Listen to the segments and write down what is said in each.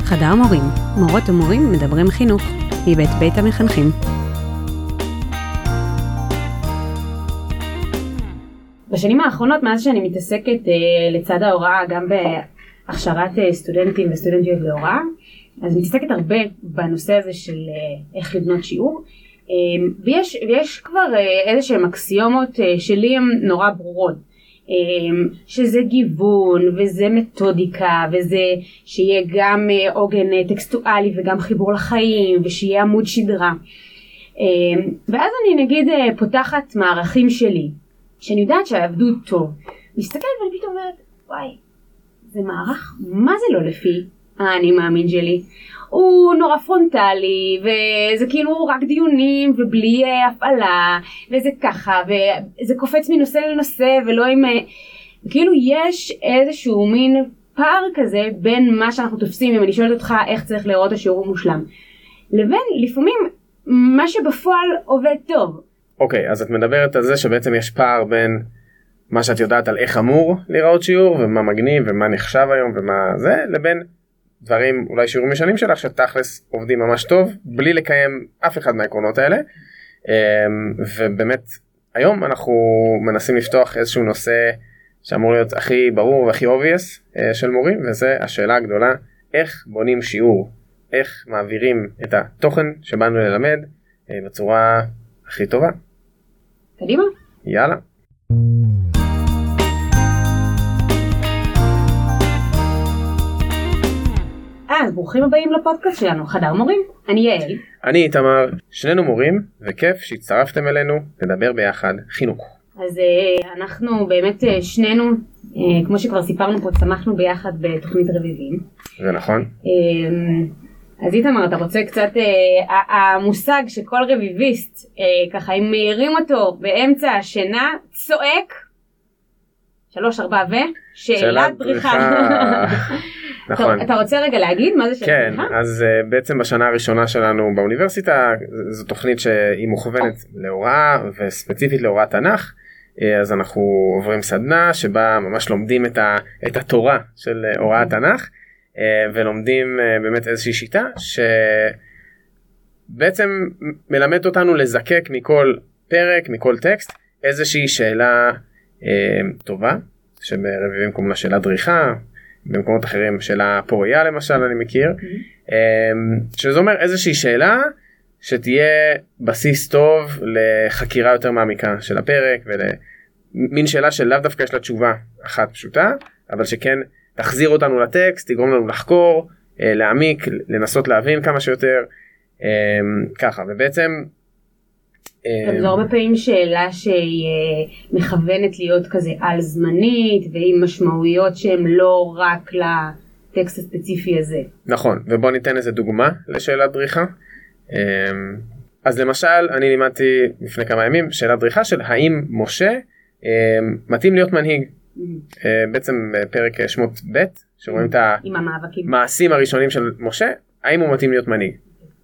חדר מורים, מורות ומורים מדברים חינוך, מבית בית המחנכים. בשנים האחרונות, מאז שאני מתעסקת לצד ההוראה, גם בהכשרת סטודנטים וסטודנטיות להוראה, אז מתעסקת הרבה בנושא הזה של איך לבנות שיעור, ויש כבר איזשהם אקסיומות שלי הן נורא ברורות, שזה גיוון וזה מתודיקה וזה שיהיה גם עוגן טקסטואלי וגם חיבור לחיים ושיהיה עמוד שדרה. ואז אני נגיד פותחת מערכים שלי שאני יודעת שעבדו טוב, מסתכלת ואני פתאום אומרת וואי, זה מערך, מה זה לא לפי האני מאמין שלי? הוא נורא פרונטלי וזה כאילו רק דיונים ובלי הפעלה וזה ככה וזה קופץ מנושא לנושא ולא עם, כאילו יש איזשהו מין פער כזה בין מה שאנחנו תופסים, אם אני שואלת אותך איך צריך לראות השיעור מושלם, לבין לפעמים מה שבפועל עובד טוב. אוקיי, אז את מדברת על זה שבעצם יש פער בין מה שאת יודעת על איך אמור לראות שיעור ומה מגניב ומה נחשב היום ומה זה, לבין דברים, אולי שיעורים משנים שלך, שתכלס עובדים ממש טוב, בלי לקיים אף אחד מהעקרונות האלה. ובאמת, היום אנחנו מנסים לפתוח איזשהו נושא שאמור להיות הכי ברור והכי obvious של מורים, וזה השאלה הגדולה, איך בונים שיעור, איך מעבירים את התוכן שבאנו ללמד בצורה הכי טובה. קדימה. יאללה. אז ברוכים הבאים לפודקאסט שלנו, חדר מורים. אני יעל. אני איתמר, שנינו מורים, וכיף שהצטרפתם אלינו לדבר ביחד חינוך. אז אנחנו באמת שנינו, כמו שכבר סיפרנו פה, צמחנו ביחד בתוכנית רביבים. זה נכון. אז איתמר, אתה רוצה קצת, המושג שכל רביביסט, ככה אם מאירים אותו באמצע השינה, צועק, 3, 4 שאלת בריחה. נכון. אתה רוצה רגע להגיד מה זה שאלת בריחה? כן, אז בעצם בשנה הראשונה שלנו באוניברסיטה, זו תוכנית שהיא מוכוונת להוראה וספציפית להוראת תנ"ך, אז אנחנו עוברים סדנה שבה ממש לומדים את התורה של הוראת תנ"ך, ולומדים באמת איזושהי שיטה שבעצם מלמד אותנו לזקק מכל פרק, מכל טקסט, איזושהי שאלה טובה, שברביבים קוראים לה שאלה דריכה, במקומות אחרים שאלה פוריה למשל אני מכיר, שזה אומר איזושהי שאלה שתהיה בסיס טוב לחקירה יותר מעמיקה של הפרק, ומין שאלה שלאו דווקא יש לה תשובה אחת פשוטה, אבל שכן תחזיר אותנו לטקסט, תגרום לנו לחקור, להעמיק, לנסות להבין כמה שיותר, ככה, ובעצם זו הרבה פעמים שאלה שהיא מכוונת להיות כזה על זמנית ועם משמעויות שהן לא רק לטקסט הספציפי הזה. נכון, ובוא ניתן איזה דוגמה לשאלת דריכה. אז למשל אני לימדתי לפני כמה ימים שאלת דריכה של האם משה מתאים להיות מנהיג. בעצם פרק שמות ב' שרואים את המעשים הראשונים של משה, האם הוא מתאים להיות מנהיג.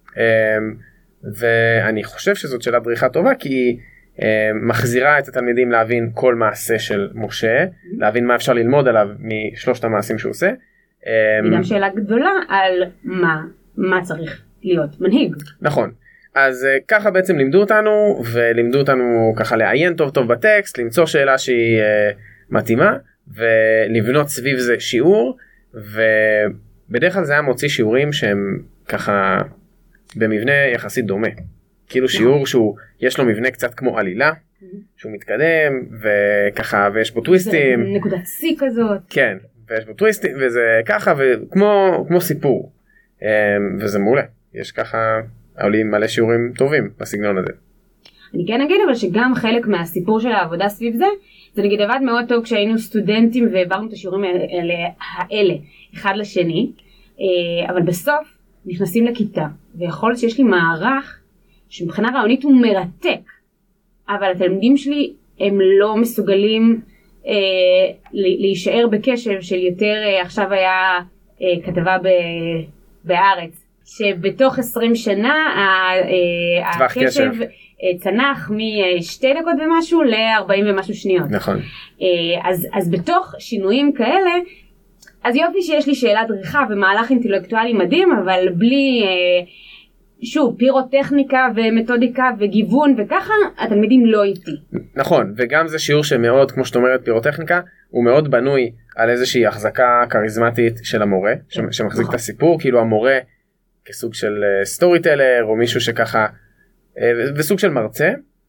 ואני חושב שזאת שאלה דריכה טובה, כי היא מחזירה את התלמידים להבין כל מעשה של משה, להבין מה אפשר ללמוד עליו משלושת המעשים שהוא עושה. וגם שאלה גדולה על מה צריך להיות מנהיג. נכון. אז ככה בעצם לימדו אותנו, ולימדו אותנו ככה לעיין טוב טוב בטקסט, למצוא שאלה שהיא מתאימה, ולבנות סביב זה שיעור, ובדרך כלל זה היה מוציא שיעורים שהם ככה במבנה יחסית דומה. כאילו שיעור שהוא, יש לו מבנה קצת כמו עלילה, שהוא מתקדם, וככה, ויש בו טוויסטים. זה נקודת שיא כזאת. כן, ויש בו טוויסטים, וזה ככה, וכמו סיפור. וזה מעולה. יש ככה, עולים מלא שיעורים טובים בסגנון הזה. אני כן אגיד אבל שגם חלק מהסיפור של העבודה סביב זה, זה נגיד עבד מאוד טוב כשהיינו סטודנטים והעברנו את השיעורים האלה אחד לשני, אבל בסוף נכנסים לכיתה, ויכול להיות שיש לי מערך שמבחינה רעיונית הוא מרתק, אבל התלמידים שלי הם לא מסוגלים להישאר בקשב של יותר, עכשיו היה כתבה בארץ, שבתוך 20 שנה הקשב צנח מ2 דקות ומשהו ל40 ומשהו שניות. נכון. אז בתוך שינויים כאלה, אז יופי שיש לי שאלת דריכה ומהלך אינטלקטואלי מדהים, אבל בלי, שוב, פירוטכניקה ומתודיקה וגיוון וככה, התלמידים לא איתי. נכון, וגם זה שיעור שמאוד, כמו שאת אומרת, פירוטכניקה, הוא מאוד בנוי על איזושהי החזקה קריזמטית של המורה, שמחזיק את הסיפור, כאילו המורה כסוג של סטורי טלר, או מישהו שככה, וסוג של מרצה,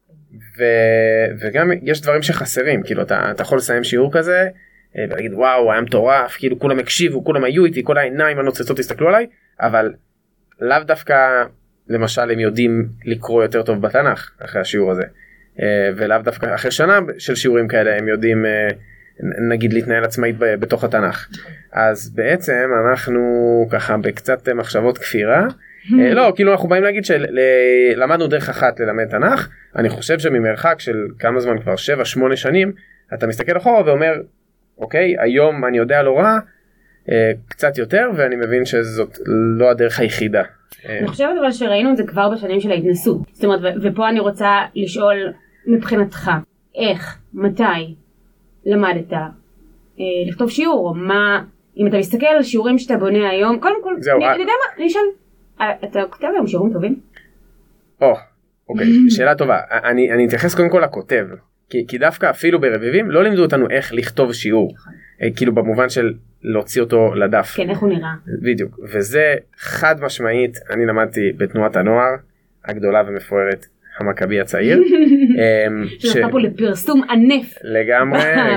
וגם יש דברים שחסרים, כאילו אתה יכול לסיים שיעור כזה, ולהגיד וואו, היה מטורף, כאילו כולם הקשיבו, כולם היו איתי, כל העיניים הנוצצות הסתכלו עליי, אבל לאו דווקא, למשל, הם יודעים לקרוא יותר טוב בתנ"ך אחרי השיעור הזה, ולאו דווקא אחרי שנה של שיעורים כאלה, הם יודעים, נגיד, להתנהל עצמאית בתוך התנ"ך. אז בעצם אנחנו ככה בקצת מחשבות כפירה, לא, כאילו אנחנו באים להגיד שלמדנו דרך אחת ללמד תנ"ך, אני חושב שממרחק של כמה זמן כבר 7-8 שנים, אתה מסתכל אחורה ואומר, אוקיי, היום אני יודע לא רע, קצת יותר, ואני מבין שזאת לא הדרך היחידה. אני חושבת אבל שראינו את זה כבר בשנים של ההתנסות. זאת אומרת, ופה אני רוצה לשאול מבחינתך, איך, מתי למדת לכתוב שיעור, או מה, אם אתה מסתכל על שיעורים שאתה בונה היום, קודם כל, אני יודע מה, אני אשאל, אתה כותב היום שיעורים טובים? אוקיי, שאלה טובה. אני אתייחס קודם כל לכותב, כי דווקא אפילו ברביבים לא לימדו אותנו איך לכתוב שיעור, כאילו במובן של להוציא אותו לדף. כן, איך הוא נראה. בדיוק, וזה חד משמעית, אני למדתי בתנועת הנוער הגדולה ומפוארת, המכבי הצעיר. שנתנה פה לפרסום ענף. לגמרי.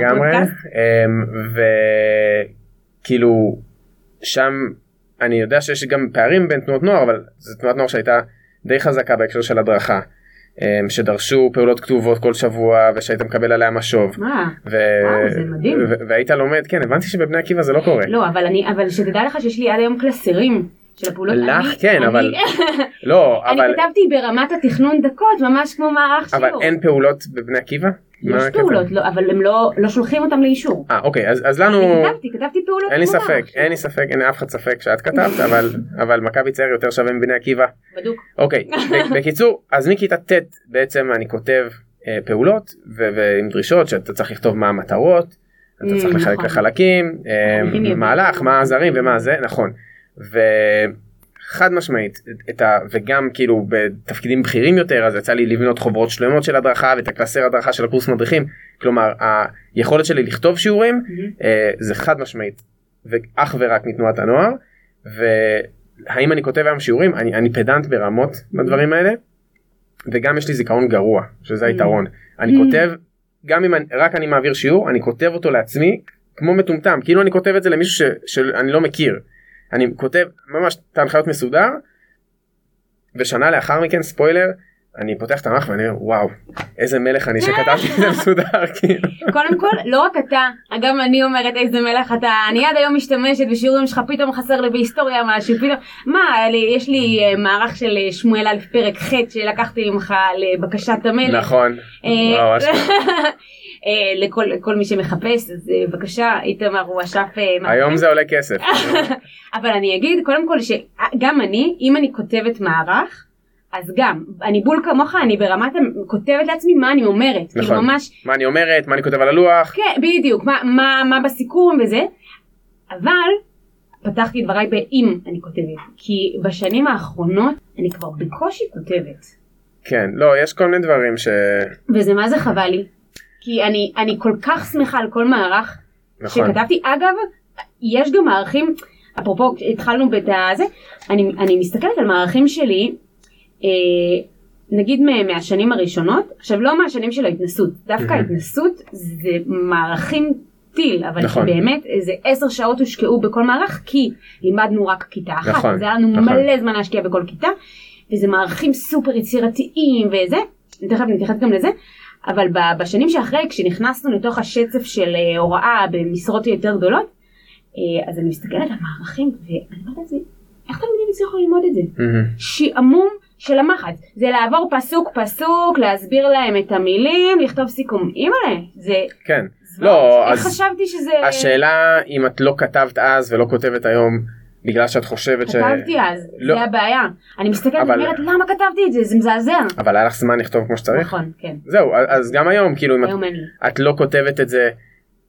וכאילו, שם אני יודע שיש גם פערים בין תנועות נוער, אבל זו תנועת נוער שהייתה די חזקה בהקשר של הדרכה. שדרשו פעולות כתובות כל שבוע ושהיית מקבל עליה משוב. זה מדהים. והיית לומד, כן, הבנתי שבבני עקיבא זה לא קורה. לא, אבל שתדע לך שיש לי עד היום קלסרים של הפעולות. לך כן, אבל לא, אבל אני כתבתי ברמת התכנון דקות, ממש כמו מערך שיעור. אבל אין פעולות בבני עקיבא? יש פעולות, אבל הם לא שולחים אותם לאישור. אוקיי, אז לנו... כתבתי פעולות. אין לי ספק, אין אף אחד ספק שאת כתבת, אבל מכבי צעיר יותר שווה מבני עקיבא. בדוק. אוקיי, בקיצור, אז מכיתה ט' בעצם אני כותב פעולות, ועם דרישות שאתה צריך לכתוב מה המטרות, אתה צריך לחלק לחלקים, מהלך, מה הזרים ומה זה, נכון. חד משמעית, וגם כאילו בתפקידים בכירים יותר, אז יצא לי לבנות חוברות שלמות של הדרכה, ואת הקלסר הדרכה של הקורס מדריכים, כלומר, היכולת שלי לכתוב שיעורים, זה חד משמעית, ואך ורק מתנועת הנוער, והאם אני כותב היום שיעורים, אני פדנט ברמות בדברים האלה, וגם יש לי זיכרון גרוע, שזה היתרון. אני כותב, גם אם רק אני מעביר שיעור, אני כותב אותו לעצמי, כמו מטומטם, כאילו אני כותב את זה למישהו שאני לא מכיר. אני כותב ממש את ההנחיות מסודר, ושנה לאחר מכן, ספוילר, אני פותח את המח ואני אומר, וואו, איזה מלך אני שכתבתי את זה מסודר, כאילו. קודם כל, לא רק אתה, גם אני אומרת איזה מלך אתה, אני עד היום משתמשת בשיעורים שלך, פתאום חסר לי בהיסטוריה משהו, פתאום, מה, יש לי מערך של שמואל א' פרק ח' שלקחתי ממך לבקשת המלך. נכון, לכל מי שמחפש, אז בבקשה, איתמר הוא אשף. היום זה עולה כסף. אבל אני אגיד, קודם כל, שגם אני, אם אני כותבת מערך, אז גם, אני בול כמוך, אני ברמת כותבת לעצמי מה אני אומרת. נכון, מה אני אומרת, מה אני כותב על הלוח. כן, בדיוק, מה בסיכום וזה. אבל פתחתי דבריי באם אני כותבת, כי בשנים האחרונות אני כבר בקושי כותבת. כן, לא, יש כל מיני דברים וזה מה זה חבל לי. כי אני כל כך שמחה על כל מערך שכתבתי. אגב, יש גם מערכים, אפרופו, התחלנו בזה, אני מסתכלת על מערכים שלי, נגיד מהשנים הראשונות, עכשיו לא מהשנים של ההתנסות, דווקא ההתנסות זה מערכים טיל, אבל באמת איזה 10 שעות הושקעו בכל מערך, כי לימדנו רק כיתה אחת, זה היה לנו מלא זמן להשקיע בכל כיתה, וזה מערכים סופר יצירתיים וזה, תכף נתייחס גם לזה, אבל בשנים שאחרי, כשנכנסנו לתוך השצף של הוראה במשרות יותר גדולות, אז אני מסתכלת על מערכים, ואני אומרת את זה, איך תלמידים הצליחו ללמוד את זה? שעמום של המחץ, זה לעבור פסוק פסוק, להסביר להם את המילים, לכתוב סיכום. אימא'לה, זה... כן. לא, איך חשבתי שזה... השאלה אם את לא כתבת אז ולא כותבת היום, בגלל שאת חושבת כתבתי אז, זה הבעיה. אני מסתכלת ואומרת, למה כתבתי את זה? זה מזעזע. אבל היה לך זמן לכתוב כמו שצריך? נכון, כן. זהו, אז גם היום, כאילו, אם את לא כותבת את זה,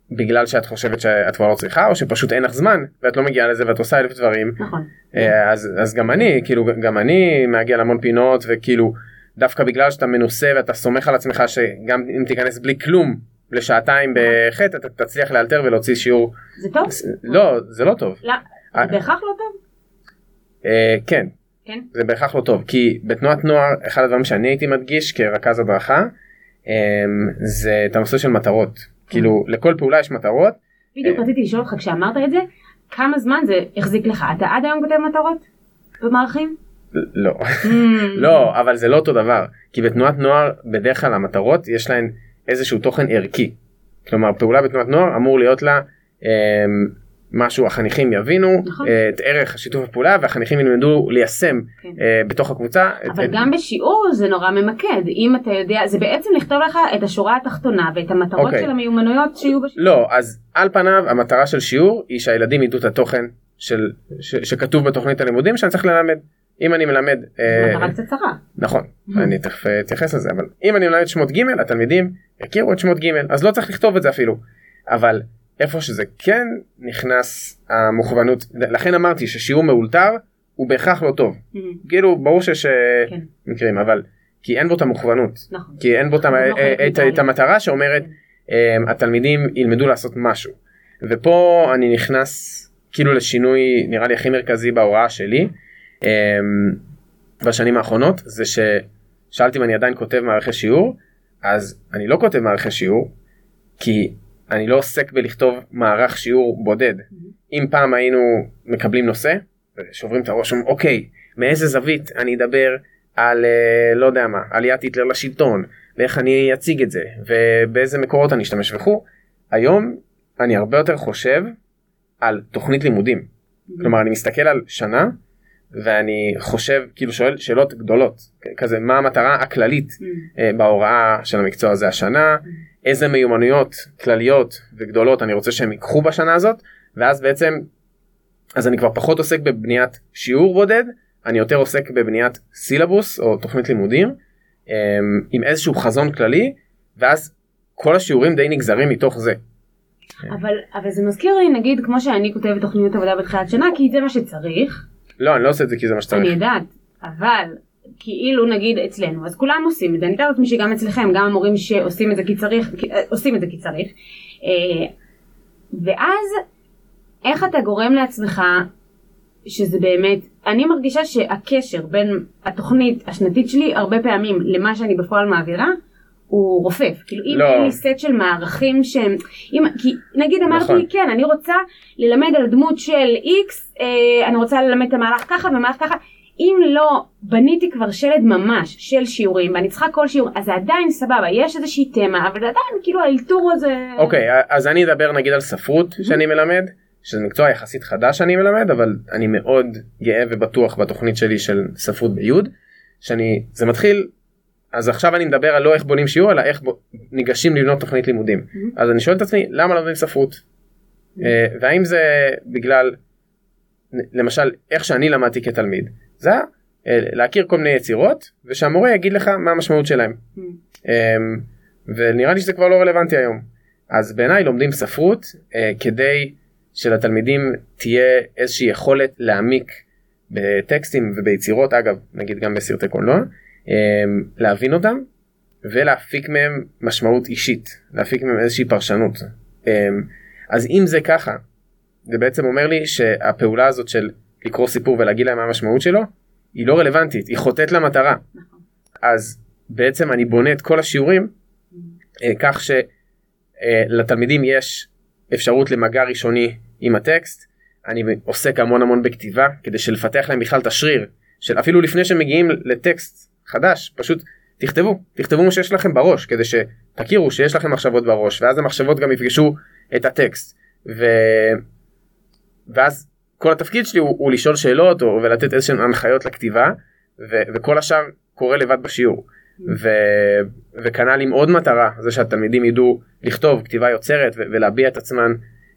בגלל שאת חושבת שאת כבר לא צריכה, או שפשוט אין לך זמן, ואת לא מגיעה לזה ואת עושה 1000 דברים. נכון. אז גם אני מגיע להמון פינות, וכאילו, דווקא בגלל שאתה מנוסה ואתה סומך על עצמך שגם אם תיכנס בלי כלום לשעתיים בחטא, אתה תצליח לאלתר ולהוציא שיעור. זה טוב? לא, זה לא טוב. לא, זה בהכרח לא טוב? כן. כן? זה בהכרח לא טוב, כי בתנועת נוער, אחד הדברים שאני הייתי מדגיש כרכז הדרכה, זה את הנושא של מטרות. כאילו, לכל פעולה יש מטרות. בדיוק רציתי לשאול אותך, כשאמרת את זה, כמה זמן זה החזיק לך? אתה עד היום כותב מטרות? במערכים? לא. לא, אבל זה לא אותו דבר. כי בתנועת נוער, בדרך כלל המטרות, יש להן איזשהו תוכן ערכי. כלומר, פעולה בתנועת נוער אמור להיות לה משהו, החניכים יבינו את ערך השיתוף הפעולה, והחניכים ילמדו ליישם בתוך הקבוצה. אבל גם בשיעור זה נורא ממקד. אם אתה יודע, זה בעצם לכתוב לך את השורה התחתונה ואת המטרות של המיומנויות שיהיו בשיעור. לא, אז על פניו המטרה של שיעור היא שהילדים ידעו את התוכן שכתוב בתוכנית הלימודים שאני צריך ללמד. אם אני מלמד... מטרה קצת צרה. נכון, אני תכף אתייחס לזה, אבל אם אני מלמד שמות ג' התלמידים יכירו את שמות ג', אז לא צריך לכתוב את זה אפילו. אבל איפה שזה כן נכנס המוכוונות, לכן אמרתי ששיעור מאולתר הוא בהכרח לא טוב. כאילו ברור שיש מקרים, אבל כי אין בו את המוכוונות. כי אין בו את המטרה שאומרת התלמידים ילמדו לעשות משהו. ופה אני נכנס כאילו לשינוי נראה לי הכי מרכזי בהוראה שלי. בשנים האחרונות זה ששאלתי אם אני עדיין כותב מערכי שיעור, אז אני לא כותב מערכי שיעור כי אני לא עוסק בלכתוב מערך שיעור בודד. אם פעם היינו מקבלים נושא שוברים את הראש, אוקיי, מאיזה זווית אני אדבר על לא יודע מה, עליית היטלר לשלטון, ואיך אני אציג את זה ובאיזה מקורות אני אשתמש וכו'. היום אני הרבה יותר חושב על תוכנית לימודים. כלומר אני מסתכל על שנה ואני חושב, כאילו שואל שאלות גדולות, כזה מה המטרה הכללית בהוראה של המקצוע הזה השנה, איזה מיומנויות כלליות וגדולות אני רוצה שהם ייקחו בשנה הזאת, ואז בעצם, אז אני כבר פחות עוסק בבניית שיעור בודד, אני יותר עוסק בבניית סילבוס או תוכנית לימודים, עם איזשהו חזון כללי, ואז כל השיעורים די נגזרים מתוך זה. אבל זה מזכיר לי, נגיד, כמו שאני כותבת תוכניות עבודה בתחילת שנה, כי זה מה שצריך. לא, אני לא עושה את זה כי זה מה שצריך. אני יודעת, אבל כאילו נגיד אצלנו, אז כולם עושים את זה, אני יודעת לעצמי שגם אצלכם, גם המורים שעושים את זה כי צריך, עושים את זה כי צריך. ואז, איך אתה גורם לעצמך, שזה באמת, אני מרגישה שהקשר בין התוכנית השנתית שלי, הרבה פעמים למה שאני בפועל מעבירה, הוא רופף. כאילו אם אין לי סט של מערכים שהם, כי נגיד אמרתי, כן, אני רוצה ללמד על דמות של X, אני רוצה ללמד את המהלך ככה ומהלך ככה, אם לא בניתי כבר שלד ממש של שיעורים, ואני צריכה כל שיעור, אז זה עדיין סבבה, יש איזושהי תמה, אבל עדיין כאילו האלתור הזה... אוקיי, אז אני אדבר נגיד על ספרות שאני מלמד, שזה מקצוע יחסית חדש שאני מלמד, אבל אני מאוד גאה ובטוח בתוכנית שלי של ספרות ביוד, זה מתחיל, אז עכשיו אני מדבר על לא איך בונים שיעור, אלא איך ניגשים לבנות תוכנית לימודים. אז אני שואל את עצמי, למה לומדים ספרות? והאם זה בגלל, למשל, איך שאני למדתי כתלמיד, זה להכיר כל מיני יצירות, ושהמורה יגיד לך מה המשמעות שלהם. ונראה לי שזה כבר לא רלוונטי היום. אז בעיניי לומדים ספרות, כדי שלתלמידים תהיה איזושהי יכולת להעמיק בטקסטים וביצירות, אגב, נגיד גם בסרטי קולנוע, להבין אותם, ולהפיק מהם משמעות אישית, להפיק מהם איזושהי פרשנות. אז אם זה ככה, זה בעצם אומר לי שהפעולה הזאת של לקרוא סיפור ולהגיד להם מה המשמעות שלו, היא לא רלוונטית, היא חוטאת למטרה. אז בעצם אני בונה את כל השיעורים, כך שלתלמידים יש אפשרות למגע ראשוני עם הטקסט, אני עוסק המון בכתיבה, כדי שלפתח להם בכלל את השריר, של אפילו לפני שמגיעים לטקסט חדש, פשוט תכתבו מה שיש לכם בראש, כדי שתכירו שיש לכם מחשבות בראש, ואז המחשבות גם יפגשו את הטקסט, ואז כל התפקיד שלי הוא לשאול שאלות, ולתת איזשהן הנחיות לכתיבה, וכל השאר קורה לבד בשיעור, וכנ"ל עם עוד מטרה, זה שהתלמידים ידעו לכתוב כתיבה יוצרת, ולהביע את עצמן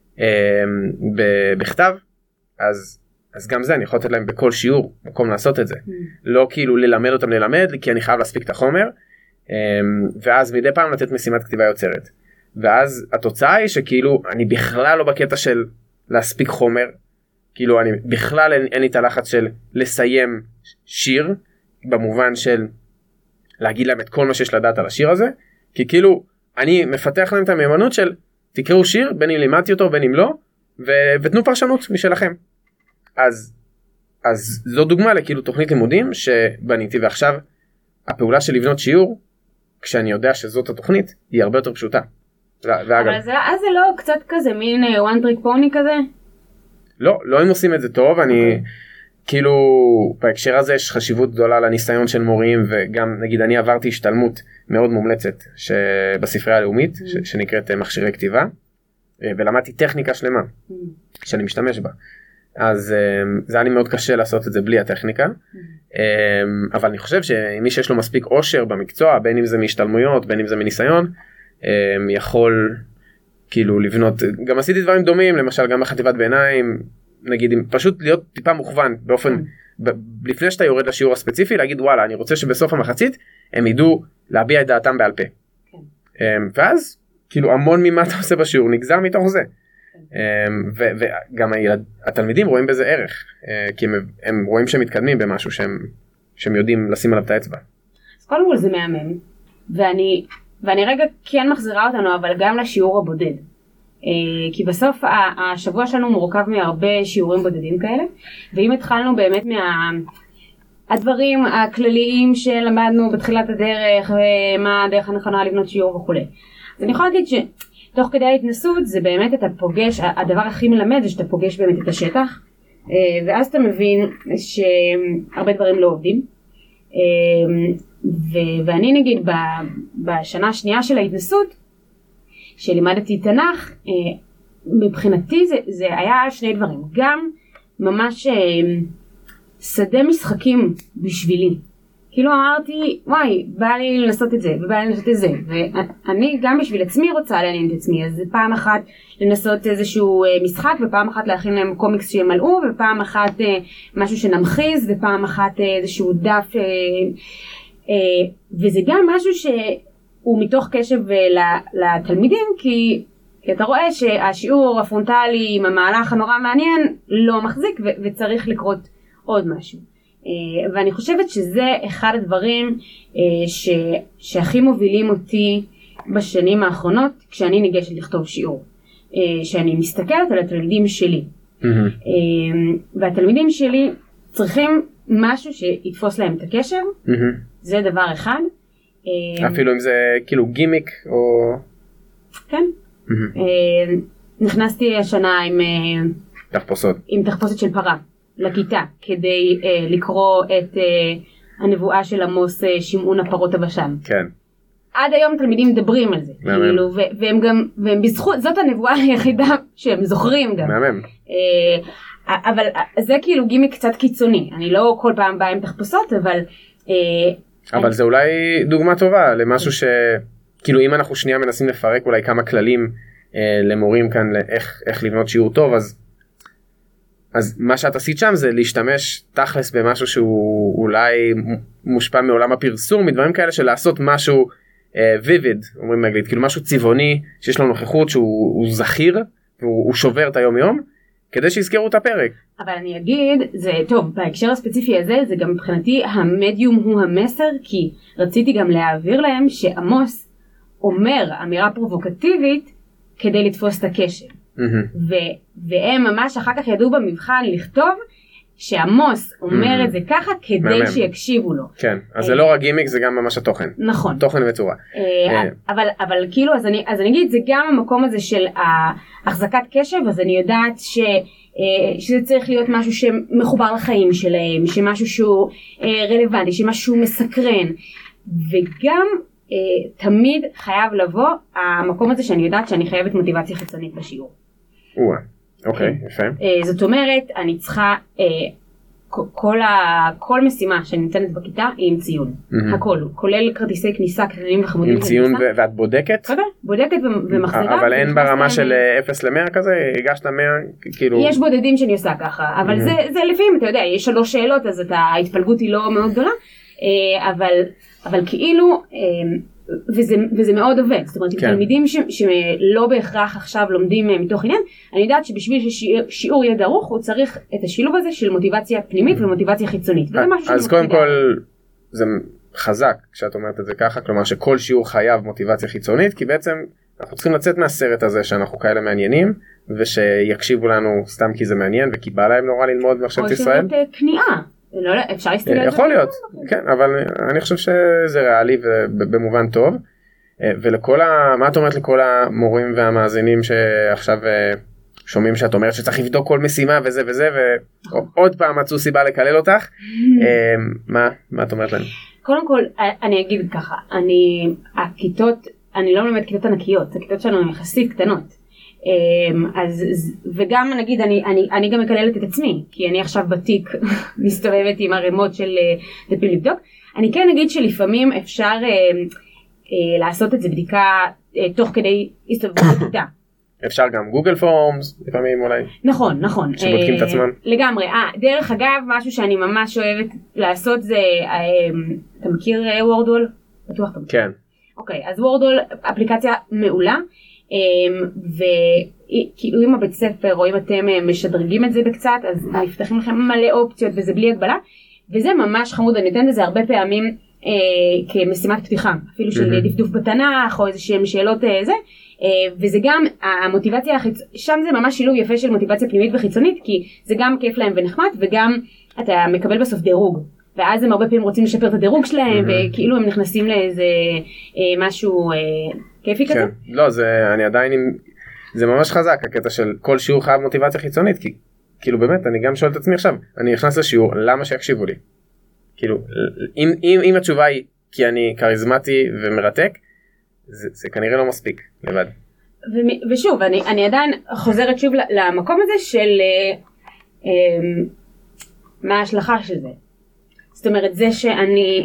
בכתב, אז גם זה אני יכול לתת להם בכל שיעור מקום לעשות את זה. לא כאילו ללמד אותם כי אני חייב להספיק את החומר, ואז מדי פעם לתת משימת כתיבה יוצרת. ואז התוצאה היא שכאילו אני בכלל לא בקטע של להספיק חומר, כאילו אני בכלל אין לי את הלחץ של לסיים שיר, במובן של להגיד להם את כל מה שיש לדעת על השיר הזה, כי כאילו אני מפתח להם את המיומנות של תקראו שיר, בין אם לימדתי אותו בין אם לא, ותנו פרשנות משלכם. אז זו דוגמה לכאילו תוכנית לימודים שבניתי, ועכשיו הפעולה של לבנות שיעור, כשאני יודע שזאת התוכנית, היא הרבה יותר פשוטה. אבל זה לא קצת כזה מין one trick pony כזה? לא הם עושים את זה טוב, אני כאילו בהקשר הזה יש חשיבות גדולה לניסיון של מורים, וגם נגיד אני עברתי השתלמות מאוד מומלצת בספרייה הלאומית, שנקראת מכשירי כתיבה, ולמדתי טכניקה שלמה שאני משתמש בה. אז זה היה לי מאוד קשה לעשות את זה בלי הטכניקה, אבל אני חושב שמי שיש לו מספיק עושר במקצוע, בין אם זה מהשתלמויות, בין אם זה מניסיון, יכול כאילו לבנות, גם עשיתי דברים דומים, למשל גם בחטיבת ביניים, נגיד פשוט להיות טיפה מוכוון באופן, לפני שאתה יורד לשיעור הספציפי, להגיד וואלה, אני רוצה שבסוף המחצית הם ידעו להביע את דעתם בעל פה. ואז כאילו המון ממה אתה עושה בשיעור נגזר מתוך זה. וגם התלמידים רואים בזה ערך, כי הם רואים שהם מתקדמים במשהו שהם יודעים לשים עליו את האצבע. אז קודם כל זה מהמם, ואני רגע כן מחזירה אותנו, אבל גם לשיעור הבודד. כי בסוף השבוע שלנו מורכב מהרבה שיעורים בודדים כאלה, ואם התחלנו באמת מהדברים הכלליים שלמדנו בתחילת הדרך, ומה הדרך הנכונה לבנות שיעור וכו'. אז אני יכולה להגיד שתוך כדי ההתנסות זה באמת אתה פוגש, הדבר הכי מלמד זה שאתה פוגש באמת את השטח, ואז אתה מבין שהרבה דברים לא עובדים. ואני נגיד בשנה השנייה של ההתנסות, שלימדתי תנ"ך, מבחינתי זה היה שני דברים, גם ממש שדה משחקים בשבילי, כאילו אמרתי וואי בא לי לעשות את זה ובא לי לעשות את זה, ואני גם בשביל עצמי רוצה לעניין את עצמי, אז פעם אחת לנסות איזשהו משחק, ופעם אחת להכין להם קומיקס שימלאו, ופעם אחת משהו שנמחיז, ופעם אחת איזשהו דף, וזה גם משהו הוא מתוך קשב לתלמידים, כי אתה רואה שהשיעור הפרונטלי עם המהלך הנורא מעניין לא מחזיק, וצריך לקרות עוד משהו. ואני חושבת שזה אחד הדברים שהכי מובילים אותי בשנים האחרונות, כשאני ניגשת לכתוב שיעור. שאני מסתכלת על התלמידים שלי. והתלמידים שלי צריכים משהו שיתפוס להם את הקשר, זה דבר אחד. אפילו אם זה כאילו גימיק או... כן. נכנסתי השנה עם תחפושת של פרה לכיתה, כדי לקרוא את הנבואה של עמוס שמעון הפרות הבשן. כן. עד היום תלמידים מדברים על זה, כאילו, והם בזכות, זאת הנבואה היחידה שהם זוכרים גם. מהמם. אבל זה כאילו גימיק קצת קיצוני, אני לא כל פעם באה עם תחפושות, אבל זה אולי דוגמה טובה למשהו שכאילו אם אנחנו שנייה מנסים לפרק אולי כמה כללים למורים כאן לאיך לבנות שיעור טוב, אז מה שאת עשית שם זה להשתמש תכלס במשהו שהוא אולי מושפע מעולם הפרסום, מדברים כאלה של לעשות משהו vivid, אומרים באנגלית, כאילו משהו צבעוני שיש לו נוכחות שהוא זכיר, הוא שובר את היום יום, כדי שיזכרו את הפרק. אבל אני אגיד, זה טוב, בהקשר הספציפי הזה, זה גם מבחינתי המדיום הוא המסר, כי רציתי גם להעביר להם שעמוס אומר אמירה פרובוקטיבית כדי לתפוס את הקשר. והם ממש אחר כך ידעו במבחן לכתוב שעמוס אומר את זה ככה כדי שיקשיבו לו. כן, אז זה לא רק גימיק, זה גם ממש התוכן. נכון. תוכן וצורה. אבל כאילו, אז אני אגיד, זה גם המקום הזה של החזקת קשב, אז אני יודעת שזה צריך להיות משהו שמחובר לחיים שלהם, שמשהו שהוא רלוונטי, שמשהו מסקרן, וגם תמיד חייב לבוא המקום הזה שאני יודעת שאני חייבת מוטיבציה חיצונית בשיעור. אוקיי, יפה. זאת אומרת, אני צריכה, כל משימה שאני נותנת בכיתה היא עם ציון. הכל, כולל כרטיסי כניסה קטנים וחמודים. עם ציון ואת בודקת? בודקת ומחזירה. אבל אין ברמה של 0 ל-100 כזה? הגשת 100? כאילו... יש בודדים שאני עושה ככה, אבל זה לפעמים, אתה יודע, יש 3 שאלות, אז ההתפלגות היא לא מאוד גדולה, אבל כאילו, וזה מאוד עובד, זאת אומרת, תלמידים שלא בהכרח עכשיו לומדים מתוך עניין, אני יודעת שבשביל ששיעור יהיה דרוך, הוא צריך את השילוב הזה של מוטיבציה פנימית ומוטיבציה חיצונית. אז קודם כל, זה חזק כשאת אומרת את זה ככה, כלומר שכל שיעור חייב מוטיבציה חיצונית, כי בעצם אנחנו צריכים לצאת מהסרט הזה שאנחנו כאלה מעניינים, ושיקשיבו לנו סתם כי זה מעניין, וכי בא להם נורא ללמוד במחשבת ישראל. או שירות כניעה. אפשר להסתכל על זה. יכול להיות, כן, אבל אני חושב שזה ריאלי ובמובן טוב. ולכל מה את אומרת לכל המורים והמאזינים שעכשיו שומעים שאת אומרת שצריך לבדוק כל משימה וזה וזה, ועוד פעם מצאו סיבה לקלל אותך, מה את אומרת להם? קודם כל, אני אגיד ככה, הכיתות, אני לא מלמד כיתות ענקיות, הכיתות שלנו יחסית קטנות. וגם נגיד אני גם מקללת את עצמי, כי אני עכשיו בתיק מסתובבת עם הרמות של דפים לבדוק. אני כן אגיד שלפעמים אפשר לעשות את זה בדיקה תוך כדי הסתובבות בכיתה. אפשר גם גוגל פורמס לפעמים אולי. נכון. שבודקים את עצמם. לגמרי. דרך אגב, משהו שאני ממש אוהבת לעשות זה, אתה מכיר וורדול? בטוח אתה מכיר. כן. אוקיי, אז וורדול אפליקציה מעולה. וכאילו אם הבית ספר או אם אתם משדרגים את זה בקצת, אז נפתחים לכם מלא אופציות וזה בלי הגבלה, וזה ממש חמוד. אני נותנת את זה הרבה פעמים כמשימת פתיחה, אפילו של דפדוף בתנ"ך או איזה שהם שאלות זה, וזה גם המוטיבציה, שם זה ממש שילוב יפה של מוטיבציה פנימית וחיצונית, כי זה גם כיף להם ונחמד, וגם אתה מקבל בסוף דירוג, ואז הם הרבה פעמים רוצים לשפר את הדירוג שלהם, וכאילו הם נכנסים לאיזה משהו כיפי כזה. לא, אני עדיין, זה ממש חזק, הקטע של כל שיעור חייב מוטיבציה חיצונית, כי כאילו באמת, אני גם שואל את עצמי עכשיו, אני נכנס לשיעור, למה שיקשיבו לי? כאילו, אם התשובה היא כי אני קריזמטי ומרתק, זה כנראה לא מספיק לבד. ושוב, אני עדיין חוזרת שוב למקום הזה של מה ההשלכה של זה. זאת אומרת, זה שאני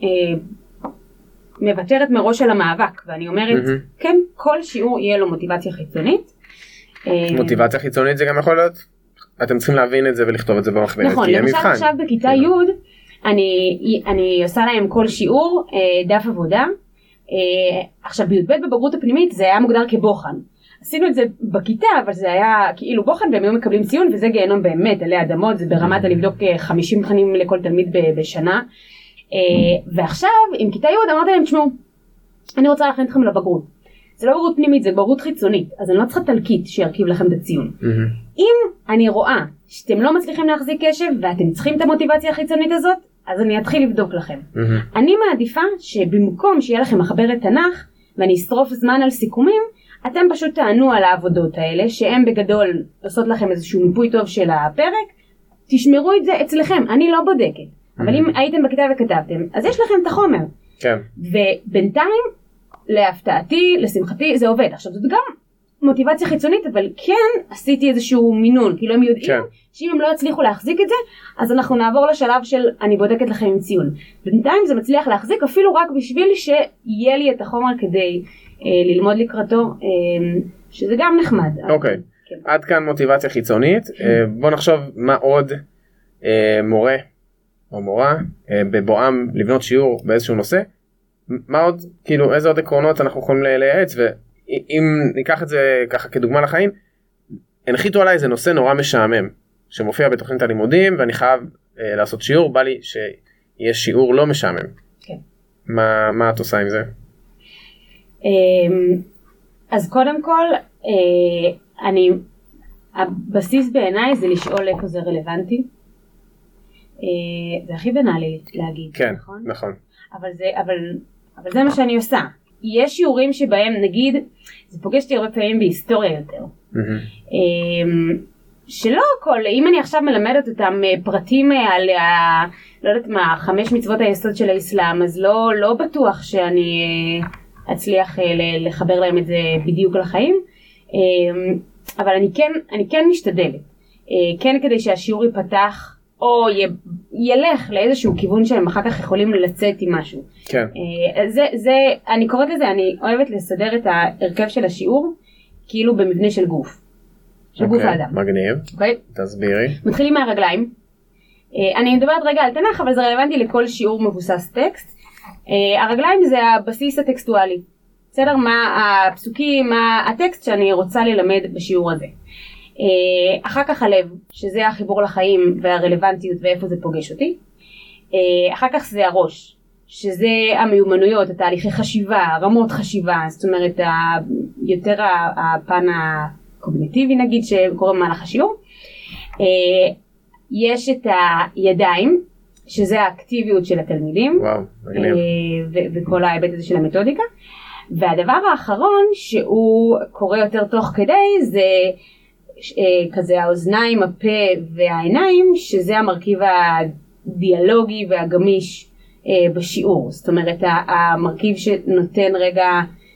מבטרת מראש על המאבק, ואני אומרת, כן, כל שיעור יהיה לו מוטיבציה חיצונית. מוטיבציה חיצונית זה גם יכול להיות, אתם צריכים להבין את זה ולכתוב את זה במחברת, נכון, למשל עכשיו בכיתה י' אני עושה להם כל שיעור דף עבודה. עכשיו בי"ב בבגרות הפנימית זה היה מוגדר כבוחן. עשינו את זה בכיתה, אבל זה היה כאילו בוחן והם היו מקבלים ציון, וזה גיהנום באמת עלי אדמות, זה ברמת לבדוק 50 מבחנים לכל תלמיד בשנה. ועכשיו עם כיתה י' אמרתי להם, תשמעו, אני רוצה להכין אתכם לבגרות. זה לא בגרות פנימית, זה בגרות חיצונית, אז אני לא צריכה תלקיט שירכיב לכם את הציון. אם אני רואה שאתם לא מצליחים להחזיק קשב ואתם צריכים את המוטיבציה החיצונית הזאת, אז אני אתחיל לבדוק לכם. אני מעדיפה שבמקום שיהיה לכם מחברת תנ"ך ואני אשרוף זמן על סיכומים, אתם פשוט תענו על העבודות האלה שהם בגדול עושות לכם איזשהו מיפוי טוב של הפרק, תשמרו את זה אצלכם, אני לא בודקת. אבל אם הייתם בכיתה וכתבתם, אז יש לכם את החומר. כן. ובינתיים, להפתעתי, לשמחתי, זה עובד. עכשיו, זאת גם מוטיבציה חיצונית, אבל כן עשיתי איזשהו מינון, כאילו הם יודעים שאם הם לא יצליחו להחזיק את זה, אז אנחנו נעבור לשלב של אני בודקת לכם עם ציון. בינתיים זה מצליח להחזיק אפילו רק בשביל שיהיה לי את החומר כדי ללמוד לקראתו, שזה גם נחמד. אוקיי, עד כאן מוטיבציה חיצונית. בוא נחשוב מה עוד מורה או מורה בבואם לבנות שיעור באיזשהו נושא, מה עוד, כאילו איזה עוד עקרונות אנחנו יכולים לייעץ, ואם ניקח את זה ככה כדוגמה לחיים, הנחיתו עליי איזה נושא נורא משעמם, שמופיע בתוכנית הלימודים, ואני חייב לעשות שיעור, בא לי שיהיה שיעור לא משעמם. כן. מה את עושה עם זה? אז קודם כל, הבסיס בעיניי זה לשאול איפה זה רלוונטי. זה הכי בנאלי להגיד, כן, נכון? נכון. אבל זה מה שאני עושה. יש שיעורים שבהם נגיד, זה פוגש אותי הרבה פעמים בהיסטוריה יותר. שלא הכל, אם אני עכשיו מלמדת אותם פרטים על, לא יודעת מה, 5 מצוות היסוד של האסלאם, אז לא בטוח שאני אצליח לחבר להם את זה בדיוק לחיים. אבל אני כן משתדלת. כן כדי שהשיעור ייפתח, או ילך לאיזשהו כיוון שהם אחר כך יכולים לצאת עם משהו. כן. אני קוראת לזה, אני אוהבת לסדר את ההרכב של השיעור, כאילו במבנה של גוף. של גוף האדם. מגניב. אוקיי? תסבירי. מתחילים מהרגליים. אני מדברת רגע על תנ"ך, אבל זה רלוונטי לכל שיעור מבוסס טקסט. הרגליים זה הבסיס הטקסטואלי. בסדר? מה הפסוקים, מה הטקסט שאני רוצה ללמד בשיעור הזה. אחר כך הלב, שזה החיבור לחיים והרלוונטיות ואיפה זה פוגש אותי. אחר כך זה הראש, שזה המיומנויות, התהליכי חשיבה, רמות חשיבה, זאת אומרת יותר הפן הקוגניטיבי נגיד שקורה במהלך השיעור. יש את הידיים, שזה האקטיביות של התלמידים, וכל ההיבט הזה של המתודיקה. והדבר האחרון שהוא קורה יותר תוך כדי זה כזה האוזניים, הפה והעיניים, שזה המרכיב הדיאלוגי והגמיש בשיעור. זאת אומרת המרכיב שנותן רגע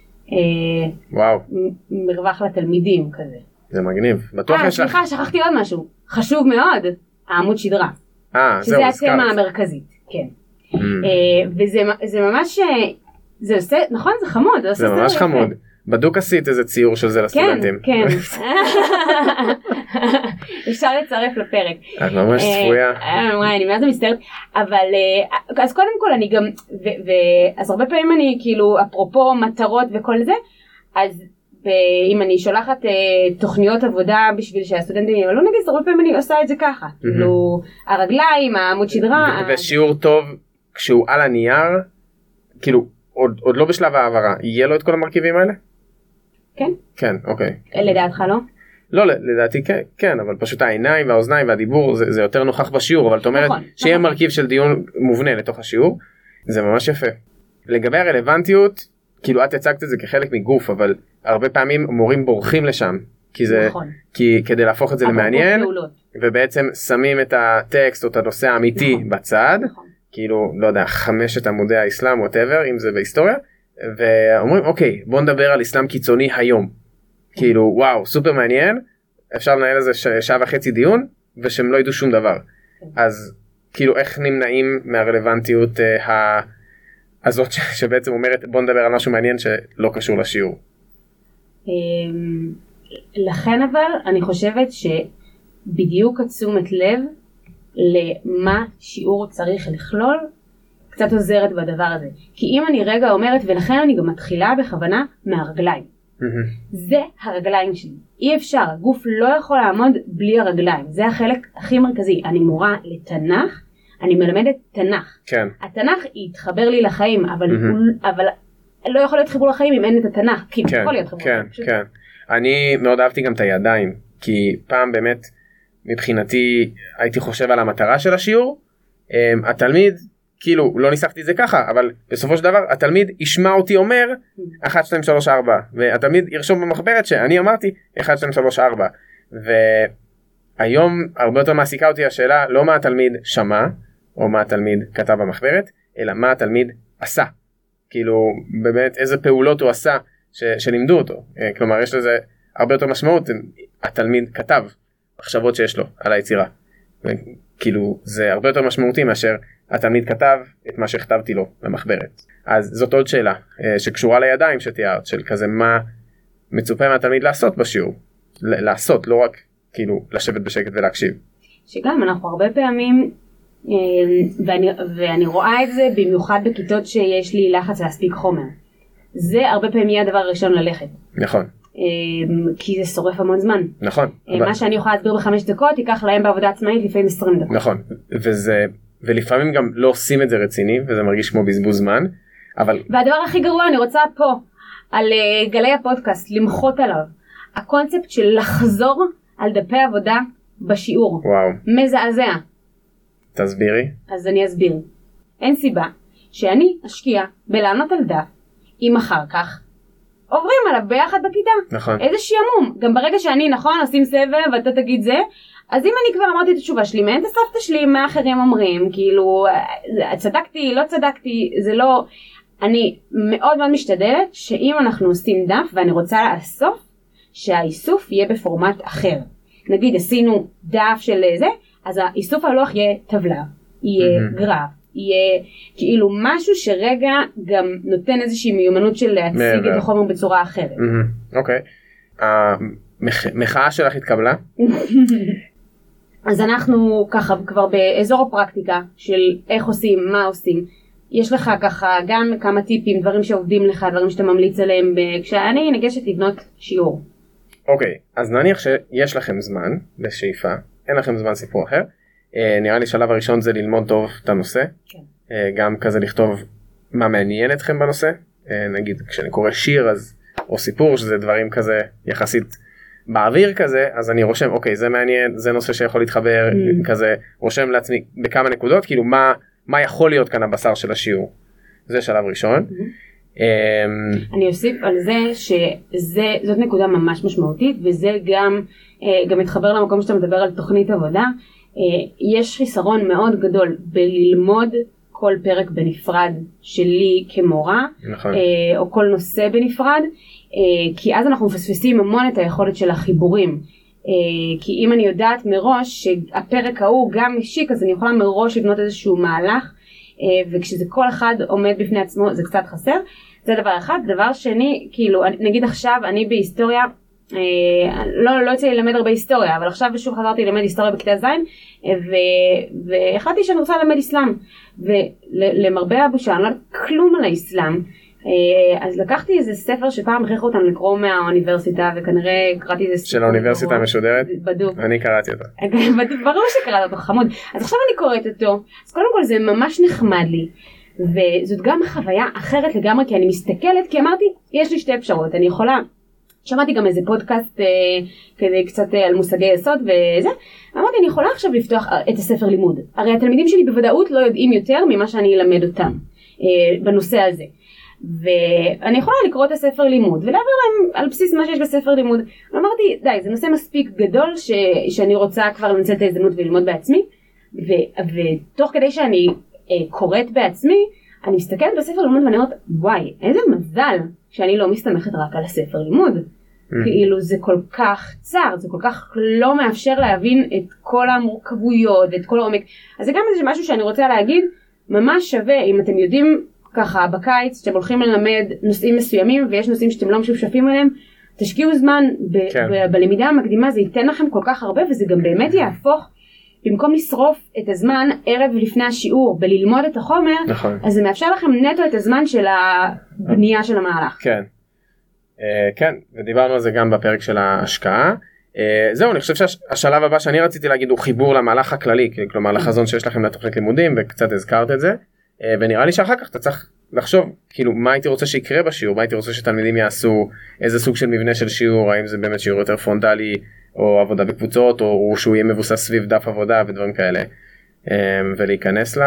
מרווח לתלמידים כזה. זה מגניב. בטוח יש לך. סליחה, שכחתי עוד משהו חשוב מאוד, העמוד שדרה. שזה התמה המרכזית. כן. וזה ממש זה עושה, נכון? זה חמוד. זה ממש חמוד. בדוק עשית איזה ציור של זה לסטודנטים. כן, כן. אפשר לצרף לפרק. את ממש צפויה. אני מה זה מסתרת. אבל, אז קודם כל אני גם, אז הרבה פעמים אני כאילו, אפרופו מטרות וכל זה, אז אם אני שולחת תוכניות עבודה בשביל שהסטודנטים ימלאו נגיד, הרבה פעמים אני עושה את זה ככה. כאילו, הרגליים, העמוד שדרה. ושיעור טוב, כשהוא על הנייר, כאילו, עוד לא בשלב העברה, יהיה לו את כל המרכיבים האלה? כן. כן, אוקיי. לדעתך לא? לא, לדעתי כן, אבל פשוט העיניים והאוזניים והדיבור זה יותר נוכח בשיעור, אבל את אומרת שיהיה מרכיב של דיון מובנה לתוך השיעור, זה ממש יפה. לגבי הרלוונטיות, כאילו את הצגת את זה כחלק מגוף, אבל הרבה פעמים מורים בורחים לשם, כי כדי להפוך את זה למעניין, ובעצם שמים את הטקסט או את הנושא האמיתי בצד, כאילו, לא יודע, 5 עמודי האסלאם, whatever, אם זה בהיסטוריה, ואומרים, אוקיי, בוא נדבר על אסלאם קיצוני היום. כאילו, וואו, סופר מעניין, אפשר לנהל איזה 1.5 שעה דיון, ושהם לא ידעו שום דבר. אז, כאילו, איך נמנעים מהרלוונטיות הזאת, שבעצם אומרת, בוא נדבר על משהו מעניין שלא קשור לשיעור. לכן אבל, אני חושבת שבדיוק התשומת לב, למה שיעור צריך לכלול, קצת עוזרת בדבר הזה. כי אם אני רגע אומרת, ולכן אני גם מתחילה בכוונה מהרגליים. זה הרגליים שלי. אי אפשר, הגוף לא יכול לעמוד בלי הרגליים. זה החלק הכי מרכזי. אני מורה לתנ"ך, אני מלמדת תנ"ך. כן. התנ"ך יתחבר לי לחיים, אבל לא יכול להיות חיבור לחיים אם אין את התנ"ך. כי יכול להיות חיבור. כן, כן. אני מאוד אהבתי גם את הידיים, כי פעם באמת, מבחינתי הייתי חושב על המטרה של השיעור, התלמיד, כאילו לא ניסחתי את זה ככה, אבל בסופו של דבר התלמיד ישמע אותי אומר 1, 2, 3, 4, והתלמיד ירשום במחברת שאני אמרתי 1, 2, 3, 4, והיום הרבה יותר מעסיקה אותי השאלה לא מה התלמיד שמע, או מה התלמיד כתב במחברת, אלא מה התלמיד עשה, כאילו באמת איזה פעולות הוא עשה שלימדו אותו, כלומר יש לזה הרבה יותר משמעות, התלמיד כתב מחשבות שיש לו על היצירה. כאילו זה הרבה יותר משמעותי מאשר התלמיד כתב את מה שכתבתי לו במחברת. אז זאת עוד שאלה שקשורה לידיים שתיארת, של כזה מה מצופה מהתלמיד לעשות בשיעור. לעשות, לא רק כאילו לשבת בשקט ולהקשיב. שגם אנחנו הרבה פעמים, ואני רואה את זה במיוחד בכיתות שיש לי לחץ להספיק חומר. זה הרבה פעמים יהיה הדבר הראשון ללכת. נכון. כי זה שורף המון זמן. נכון. מה שאני יכולה להסביר ב5 דקות, ייקח להם בעבודה עצמאית לפעמים 20 דקות. נכון. ולפעמים גם לא עושים את זה רציני, וזה מרגיש כמו בזבוז זמן, אבל... והדבר הכי גרוע, אני רוצה פה, על גלי הפודקאסט, למחות עליו. הקונספט של לחזור על דפי עבודה בשיעור. וואו. מזעזע. תסבירי. אז אני אסביר. אין סיבה שאני אשקיע בלענות על דף, אם אחר כך עוברים עליו ביחד בכיתה. נכון. איזה שיעמום. גם ברגע שאני, נכון, עושים סבב ואתה תגיד זה, אז אם אני כבר אמרתי את התשובה שלי, מעין תספת שלי מה אחרים אומרים, כאילו, צדקתי, לא צדקתי, זה לא... אני מאוד מאוד משתדלת שאם אנחנו עושים דף ואני רוצה לאסוף, שהאיסוף יהיה בפורמט אחר. נגיד עשינו דף של זה, אז האיסוף הלוח יהיה טבלה, יהיה גרף, יהיה כאילו משהו שרגע גם נותן איזושהי מיומנות של להציג את החומר בצורה אחרת. אוקיי. המחאה שלך התקבלה? אז אנחנו ככה כבר באזור הפרקטיקה של איך עושים, מה עושים. יש לך ככה גם כמה טיפים, דברים שעובדים לך, דברים שאתה ממליץ עליהם כשאני ניגשת לבנות שיעור. אוקיי, אז נניח שיש לכם זמן בשאיפה, אין לכם זמן סיפור אחר. נראה לי שלב הראשון זה ללמוד טוב את הנושא. כן. גם כזה לכתוב מה מעניין אתכם בנושא. נגיד כשאני קורא שיר או סיפור שזה דברים כזה יחסית באוויר כזה, אז אני רושם אוקיי זה מעניין, זה נושא שיכול להתחבר כזה, רושם לעצמי בכמה נקודות כאילו מה יכול להיות כאן הבשר של השיעור. זה שלב ראשון. אני אוסיף על זה שזאת נקודה ממש משמעותית, וזה גם מתחבר למקום שאתה מדבר על תוכנית עבודה. יש חיסרון מאוד גדול בללמוד כל פרק בנפרד שלי כמורה, נכון. או כל נושא בנפרד, כי אז אנחנו מפספסים המון את היכולת של החיבורים. כי אם אני יודעת מראש שהפרק ההוא גם משיק, אז אני יכולה מראש לבנות איזשהו מהלך, וכשזה כל אחד עומד בפני עצמו זה קצת חסר. זה דבר אחד. דבר שני, כאילו נגיד עכשיו אני בהיסטוריה, לא יוצא לי ללמד הרבה היסטוריה, אבל עכשיו שוב חזרתי ללמד היסטוריה בכיתה ז' והחלטתי שאני רוצה ללמד אסלאם, ולמרבה הבושה אני לא יודעת כלום על האסלאם. אז לקחתי איזה ספר שפעם הכריחו אותנו לקרוא מהאוניברסיטה, וכנראה קראתי איזה ספר של האוניברסיטה המשודרת? בדוק. אני קראתי אותו. ברור שקראת אותו, חמוד. אז עכשיו אני קוראת אותו, אז קודם כל זה ממש נחמד לי, וזאת גם חוויה אחרת לגמרי, כי אני מסתכלת, כי אמרתי יש לי שתי אפשרות, אני יכולה, שמעתי גם איזה פודקאסט כדי קצת על מושגי יסוד וזה, אמרתי אני יכולה עכשיו לפתוח את הספר לימוד, הרי התלמידים שלי בוודאות לא יודעים יותר ממה שאני אלמד אותם בנושא הזה, ואני יכולה לקרוא את הספר לימוד ולעבר להם על בסיס מה שיש בספר לימוד. אמרתי די, זה נושא מספיק גדול שאני רוצה כבר לנצל את ההזדמנות וללמוד בעצמי, ותוך כדי שאני קוראת בעצמי אני מסתכלת בספר לימוד ואני אומרת וואי איזה מזל שאני לא מסתמכת רק על הספר לימוד, כאילו זה כל כך צר, זה כל כך לא מאפשר להבין את כל המורכבויות ואת כל העומק. אז זה גם איזה משהו שאני רוצה להגיד, ממש שווה אם אתם יודעים ככה בקיץ שאתם הולכים ללמד נושאים מסוימים ויש נושאים שאתם לא משופשפים עליהם, תשקיעו זמן בלמידה המקדימה, זה ייתן לכם כל כך הרבה, וזה גם באמת יהפוך, במקום לשרוף את הזמן ערב לפני השיעור בללמוד את החומר, נכון. אז זה מאפשר לכם נטו את הזמן של הבנייה של המהלך. כן, כן, ודיברנו על זה גם בפרק של ההשקעה. זהו, אני חושב שהשלב הבא שאני רציתי להגיד הוא חיבור למהלך הכללי, כלומר לחזון שיש לכם לתוכנית לימודים, וקצת הזכרת את זה, ונראה לי שאחר כך אתה צריך לחשוב, כאילו מה הייתי רוצה שיקרה בשיעור, מה הייתי רוצה שתלמידים יעשו, איזה סוג של מבנה של שיעור, האם זה באמת שיעור יותר פרונטלי, או עבודה בקבוצות, או שהוא יהיה מבוסס סביב דף עבודה ודברים כאלה, ולהיכנס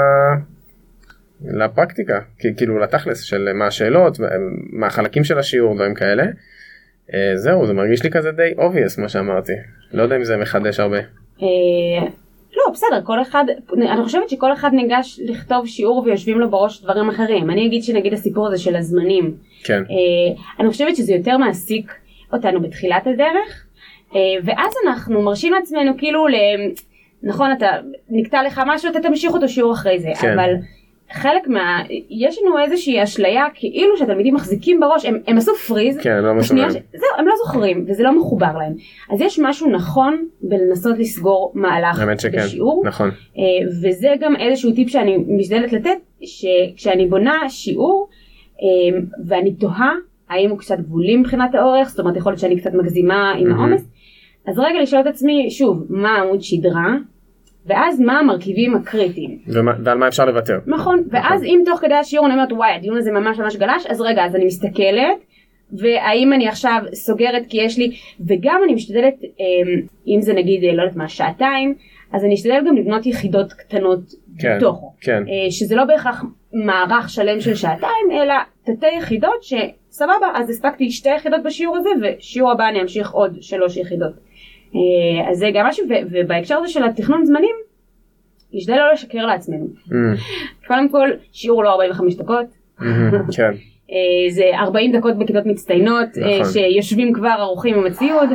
לפרקטיקה, כאילו לתכלס של מה השאלות, מה החלקים של השיעור, דברים כאלה. זהו, זה מרגיש לי כזה די obvious מה שאמרתי, לא יודע אם זה מחדש הרבה. לא, בסדר, כל אחד, אני חושבת שכל אחד ניגש לכתוב שיעור ויושבים לו בראש דברים אחרים. אני אגיד שנגיד הסיפור הזה של הזמנים. כן. אני חושבת שזה יותר מעסיק אותנו בתחילת הדרך, ואז אנחנו מרשים לעצמנו כאילו, נכון, אתה נקטע לך משהו, אתה תמשיך אותו שיעור אחרי זה, כן. אבל חלק יש לנו איזושהי אשליה כאילו שהתלמידים מחזיקים בראש, הם עשו פריז, כן, לא מסוגרים. זהו, הם לא זוכרים וזה לא מחובר להם. אז יש משהו נכון בלנסות לסגור מהלך בשיעור, נכון. וזה גם איזשהו טיפ שאני משתדלת לתת, שכשאני בונה שיעור ואני תוהה האם הוא קצת גבולי מבחינת האורך, זאת אומרת יכול להיות שאני קצת מגזימה עם העומס, אז רגע לשאול את עצמי שוב מה עמוד שדרה, ואז מה המרכיבים הקריטיים. ועל מה אפשר לוותר. נכון, ואז אם תוך כדי השיעור אני אומרת וואי הדיון הזה ממש ממש גלש, אז רגע, אז אני מסתכלת, והאם אני עכשיו סוגרת כי יש לי, וגם אני משתדלת, אם זה נגיד לא יודעת מה, שעתיים, אז אני אשתדל גם לבנות יחידות קטנות בתוכו. כן. שזה לא בהכרח מערך שלם של שעתיים, אלא תתי יחידות שסבבה, אז הספקתי 2 יחידות בשיעור הזה, ושיעור הבא אני אמשיך עוד 3 יחידות. אז זה גם משהו, ובהקשר הזה של התכנון זמנים, ישתדל לא לשקר לעצמנו. קודם כל, שיעור לא 45 דקות. כן. זה 40 דקות בכיתות מצטיינות, שיושבים כבר ערוכים עם הציוד,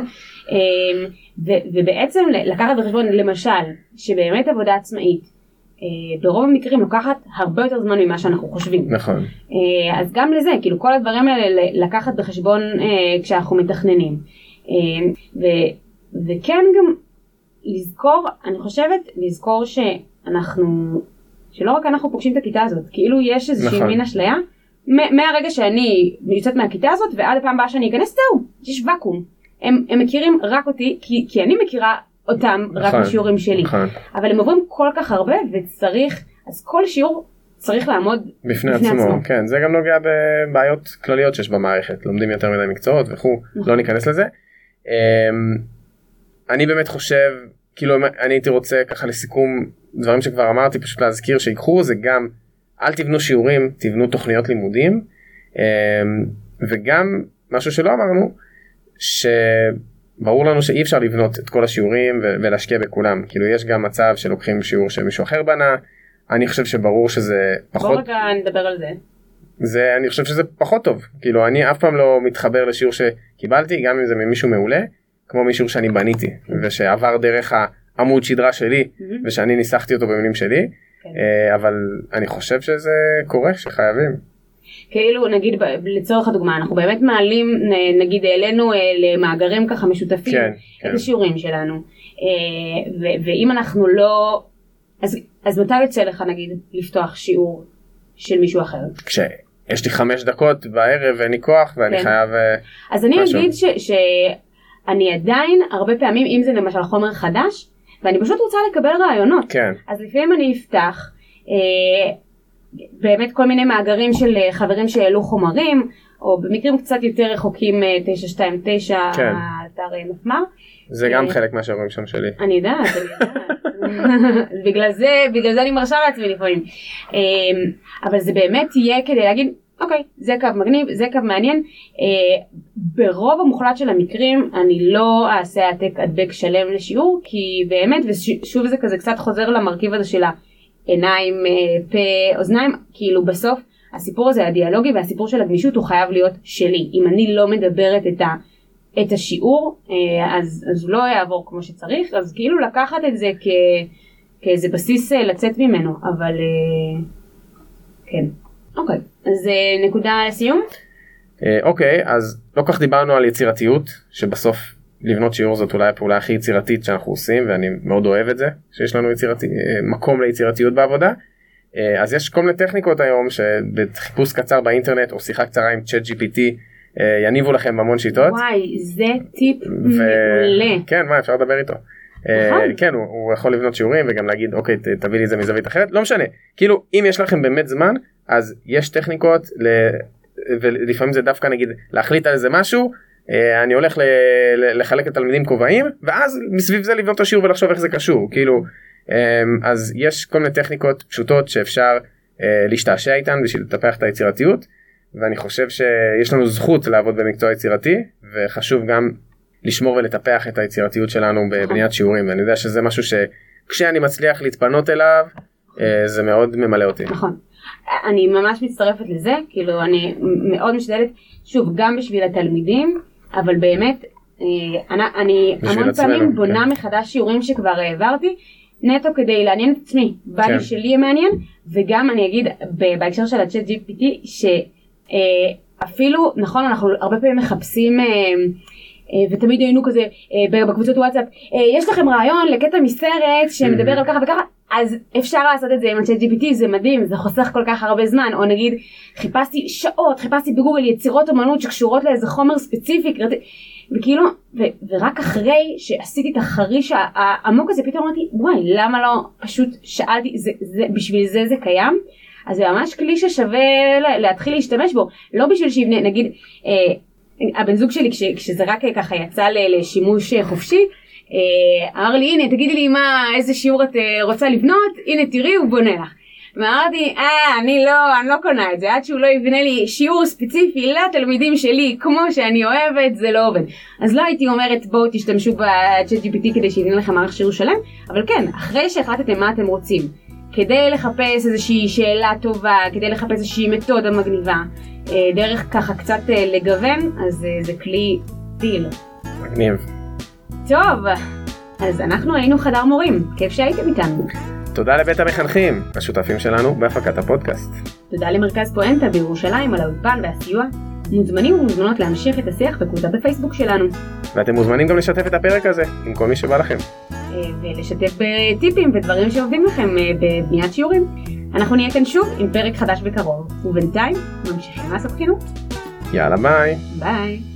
ובעצם לקחת בחשבון למשל, שבאמת עבודה עצמאית, ברוב המקרים לוקחת הרבה יותר זמן ממה שאנחנו חושבים. נכון. אז גם לזה, כאילו כל הדברים האלה לקחת בחשבון כשאנחנו מתכננים. וכן גם לזכור, אני חושבת לזכור שאנחנו שלא רק אנחנו פוגשים את הכיתה הזאת, כאילו יש איזושהי מין אשליה, מהרגע שאני יוצאת מהכיתה הזאת ועד הפעם הבאה שאני אכנס, זהו, יש וקום. הם מכירים רק אותי, כי אני מכירה אותם רק בשיעורים שלי. אבל הם עוברים כל כך הרבה וצריך, אז כל שיעור צריך לעמוד בפני עצמו. כן, זה גם נוגע בבעיות כלליות שיש במערכת, לומדים יותר מדי מקצועות וכו', לא ניכנס לזה. אני באמת חושב, כאילו אני הייתי רוצה ככה לסיכום דברים שכבר אמרתי, פשוט להזכיר שיקחו, זה גם אל תבנו שיעורים, תבנו תוכניות לימודים, וגם משהו שלא אמרנו, שברור לנו שאי אפשר לבנות את כל השיעורים ולהשקיע בכולם, כאילו יש גם מצב שלוקחים שיעור שמישהו אחר בנה, אני חושב שברור שזה פחות... בוא רגע נדבר על זה. אני חושב שזה פחות טוב, כאילו אני אף פעם לא מתחבר לשיעור שקיבלתי, גם אם זה ממישהו מעולה, כמו משיעור שאני בניתי, ושעבר דרך העמוד שדרה שלי, ושאני ניסחתי אותו במילים שלי, אבל אני חושב שזה קורה, שחייבים. כאילו נגיד לצורך הדוגמה, אנחנו באמת מעלים, נגיד אלינו למאגרים ככה משותפים, את השיעורים שלנו, ואם אנחנו לא... אז מתי יוצא לך נגיד לפתוח שיעור של מישהו אחר? כשיש לי 5 דקות בערב ואין לי כוח ואני חייב... אז אני אגיד שאני עדיין הרבה פעמים, אם זה למשל חומר חדש, ואני פשוט רוצה לקבל רעיונות. אז לפעמים אני אפתח באמת כל מיני מאגרים של חברים שהעלו חומרים, או במקרים קצת יותר רחוקים 929, אתר מפמ"ר. זה גם חלק מהשיעורים שם שלי. אני יודעת. בגלל זה אני מרשה לעצמי לפעמים. אבל זה באמת יהיה כדי להגיד, אוקיי, זה קו מגניב, זה קו מעניין. ברוב המוחלט של המקרים אני לא אעשה העתק הדבק שלם לשיעור, כי באמת, ושוב זה כזה קצת חוזר למרכיב הזה של העיניים, פה, אוזניים, כאילו בסוף הסיפור הזה הדיאלוגי והסיפור של הגמישות הוא חייב להיות שלי. אם אני לא מדברת את השיעור, אז לא יעבור כמו שצריך, אז כאילו לקחת את זה כאיזה בסיס לצאת ממנו, אבל כן. אוקיי, אז נקודה לסיום? אוקיי, אז לא כך דיברנו על יצירתיות, שבסוף לבנות שיעור זאת אולי הפעולה הכי יצירתית שאנחנו עושים, ואני מאוד אוהב את זה, שיש לנו מקום ליצירתיות בעבודה. אז יש כל מיני טכניקות היום, שבחיפוש קצר באינטרנט, או שיחה קצרה עם ChatGPT, יניבו לכם המון שיטות. וואי, זה טיפ מעולה. כן, מה, אפשר לדבר איתו. כן, הוא יכול לבנות שיעורים וגם להגיד, אוקיי, תביא לי זה מזווית אחרת, לא משנה. כאילו, אם יש לכם באמת זמן, אז יש טכניקות, ולפעמים זה דווקא נגיד, להחליט על איזה משהו, אני הולך לחלק את תלמידים כובעים, ואז מסביב זה לבנות את השיעור ולחשוב איך זה קשור. כאילו, אז יש כל מיני טכניקות פשוטות שאפשר להשתעשע איתן בשביל לטפח את היצירתיות, ואני חושב שיש לנו זכות לעבוד במקצוע יצירתי, וחשוב גם לשמור ולטפח את היצירתיות שלנו בבניית שיעורים, ואני יודע שזה משהו שכשאני מצליח להתפנות אליו, זה מאוד ממלא אותי. נכון. אני ממש מצטרפת לזה, כאילו אני מאוד משתדלת, שוב, גם בשביל התלמידים, אבל באמת, אני המון פעמים בונה מחדש שיעורים שכבר העברתי, נטו כדי לעניין את עצמי, בא לי שלי יהיה מעניין, וגם אני אגיד בהקשר של הצ'אט GPT, שאפילו, נכון, אנחנו הרבה פעמים מחפשים, ותמיד היינו כזה בקבוצות וואטסאפ, יש לכם רעיון לקטע מסרט שמדבר על ככה וככה, אז אפשר לעשות את זה עם הצ'אט GPT, זה מדהים, זה חוסך כל כך הרבה זמן, או נגיד חיפשתי שעות, חיפשתי בגוגל יצירות אומנות שקשורות לאיזה חומר ספציפי, וכאילו, ורק אחרי שעשיתי את החריש העמוק הזה, פתאום אמרתי, וואי, למה לא פשוט שאלתי, בשביל זה קיים? אז זה ממש כלי ששווה להתחיל להשתמש בו, לא בשביל שיבנה, נגיד, הבן זוג שלי, כשזה רק ככה יצא לשימוש חופשי, אמר לי, הנה, תגידי לי איזה שיעור את רוצה לבנות, הנה תראי, הוא בונה לך. ואמרתי, אני לא קונה את זה, עד שהוא לא יבנה לי שיעור ספציפי לתלמידים שלי, כמו שאני אוהבת, זה לא עובד. אז לא הייתי אומרת, בואו תשתמשו ב-ChatGPT כדי שיבנה לכם מערך שיעור שלם, אבל כן, אחרי שהחלטתם מה אתם רוצים, כדי לחפש איזושהי שאלה טובה, כדי לחפש איזושהי מתודה מגניבה, דרך ככה קצת לגוון, אז זה כלי טיל. מגניב. טוב, אז אנחנו היינו חדר מורים, כיף שהייתם איתנו. תודה לבית המחנכים, השותפים שלנו בהפקת הפודקאסט. תודה למרכז פואנטה בירושלים על האולפן והסיוע. מוזמנים ומוזמנות להמשיך את השיח בקבוצת הפייסבוק שלנו. ואתם מוזמנים גם לשתף את הפרק הזה עם כל מי שבא לכם. ולשתף בטיפים ודברים שעובדים לכם בבניית שיעורים. אנחנו נהיה כאן שוב עם פרק חדש בקרוב, ובינתיים ממשיכים לעשות חינוך. יאללה ביי. ביי.